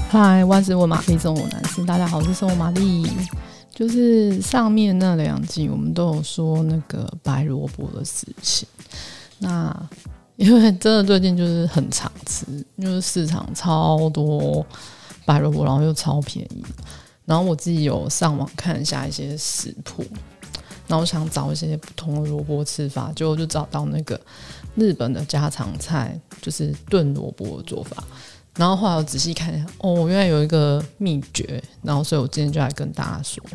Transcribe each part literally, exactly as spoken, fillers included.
嗨，万事问玛丽，生活男士，大家好，我是生活玛丽。就是上面那两集我们都有说那个白萝卜的事情，那因为真的最近就是很常吃，就是市场超多白萝卜，然后又超便宜，然后我自己有上网看一下一些食谱，然后想找一些不同的萝卜吃法，结果就找到那个日本的家常菜，就是炖萝卜的做法。然后后来我仔细看一下，哦，原来有一个秘诀，然后所以我今天就来跟大家说，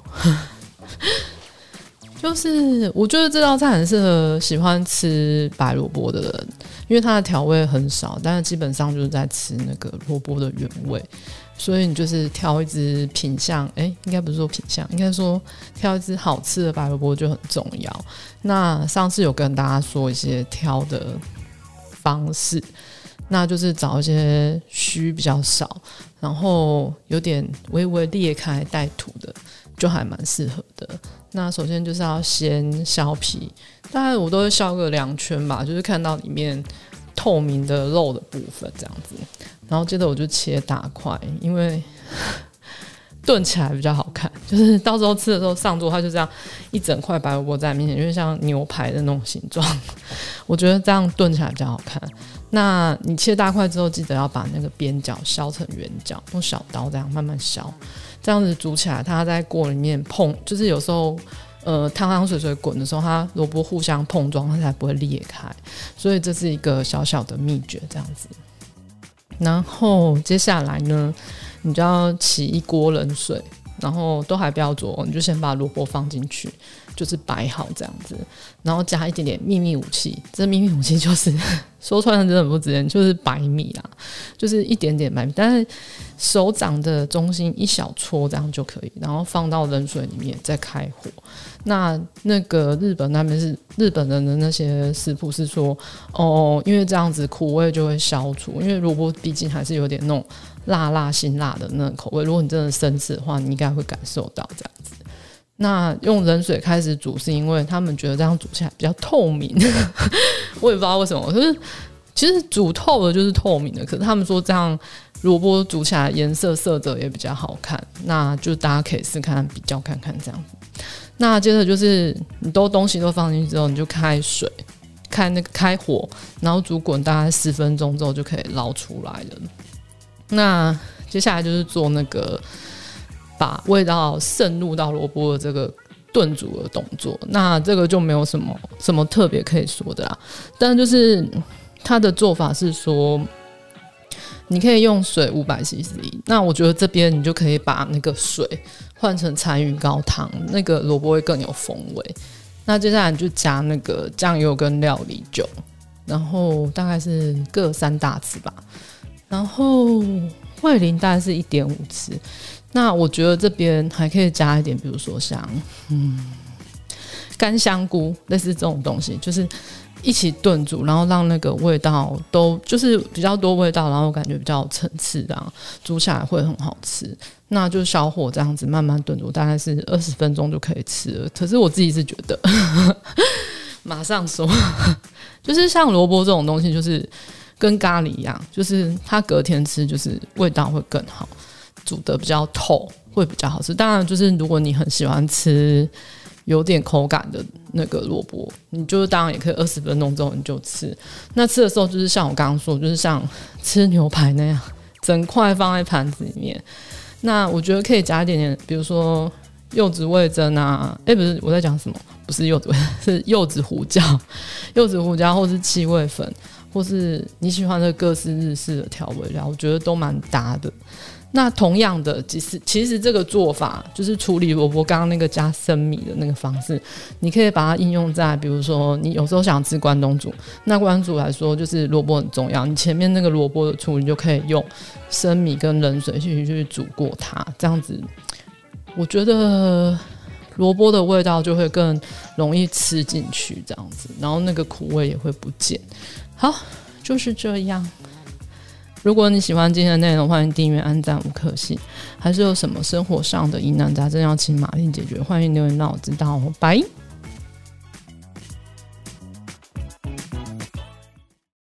就是我觉得这道菜很适合喜欢吃白萝卜的人，因为它的调味很少，但是基本上就是在吃那个萝卜的原味，所以你就是挑一只品相，哎，应该不是说品相，应该说挑一只好吃的白萝卜就很重要。那上次有跟大家说一些挑的方式。那就是找一些须比较少，然后有点微微裂开带土的，就还蛮适合的。那首先就是要先削皮，大概我都会削个两圈吧，就是看到里面透明的肉的部分这样子。然后接着我就切大块，因为炖起来比较好看，就是到时候吃的时候上桌，它就这样一整块白萝卜在面前，因为像牛排的那种形状，我觉得这样炖起来比较好看。那你切大块之后，记得要把那个边角削成圆角，用小刀这样慢慢削，这样子煮起来，它在锅里面碰，就是有时候呃汤汤水水滚的时候，它萝卜互相碰撞，它才不会裂开。所以这是一个小小的秘诀，这样子。然后接下来呢，你就要起一锅冷水，然后都还不要煮，你就先把萝卜放进去，就是摆好这样子，然后加一点点秘密武器。这秘密武器就是说穿了真的很不直接，就是白米啦，就是一点点白米，但是手掌的中心一小撮这样就可以，然后放到冷水里面再开火。那那个日本那边是日本人的那些食谱是说，哦，因为这样子苦味就会消除，因为萝卜毕竟还是有点那种辣辣辛辣的那种口味，如果你真的生吃的话，你应该会感受到这样子。那用冷水开始煮是因为他们觉得这样煮起来比较透明我也不知道为什么，可是其实煮透了就是透明的，可是他们说这样萝卜煮起来颜色色泽也比较好看，那就大家可以试看比较看看这样子。那接着就是你都东西都放进去之后，你就开水开那个开火，然后煮滚大概十分钟之后就可以捞出来了。那接下来就是做那个把味道渗入到萝卜的这个炖煮的动作，那这个就没有什么什么特别可以说的啦。但就是它的做法是说，你可以用水五百 C C， 那我觉得这边你就可以把那个水换成柴鱼高汤，那个萝卜会更有风味。那接下来你就加那个酱油跟料理酒，然后大概是各三大匙吧，然后味淋大概是 一点五匙。那我觉得这边还可以加一点，比如说像嗯干香菇，类似这种东西，就是一起炖煮，然后让那个味道都就是比较多味道，然后感觉比较有层次，然后煮起来会很好吃。那就小火这样子慢慢炖煮，大概是二十分钟就可以吃了。可是我自己是觉得马上说就是像萝卜这种东西，就是跟咖喱一样，就是它隔天吃就是味道会更好，煮得比较透会比较好吃。当然就是如果你很喜欢吃有点口感的那个萝卜，你就当然也可以二十分钟之后你就吃。那吃的时候就是像我刚刚说，就是像吃牛排那样，整块放在盘子里面。那我觉得可以加一点点，比如说柚子味噌啊，哎，不是我在讲什么？不是柚子味，是柚子胡椒，柚子胡椒或是七味粉，或是你喜欢的各式日式的调味料，我觉得都蛮搭的。那同样的，其实其实这个做法就是处理萝卜刚刚那个加生米的那个方式，你可以把它应用在比如说你有时候想吃关东煮，那关东煮来说就是萝卜很重要，你前面那个萝卜的处理就可以用生米跟冷水去去煮过它，这样子我觉得萝卜的味道就会更容易吃进去这样子，然后那个苦味也会不见。好，就是这样。如果你喜欢今天的内容，欢迎订阅、按赞、五颗星。还是有什么生活上的疑难杂症要请玛丽解决，欢迎留言让我知道哦。拜。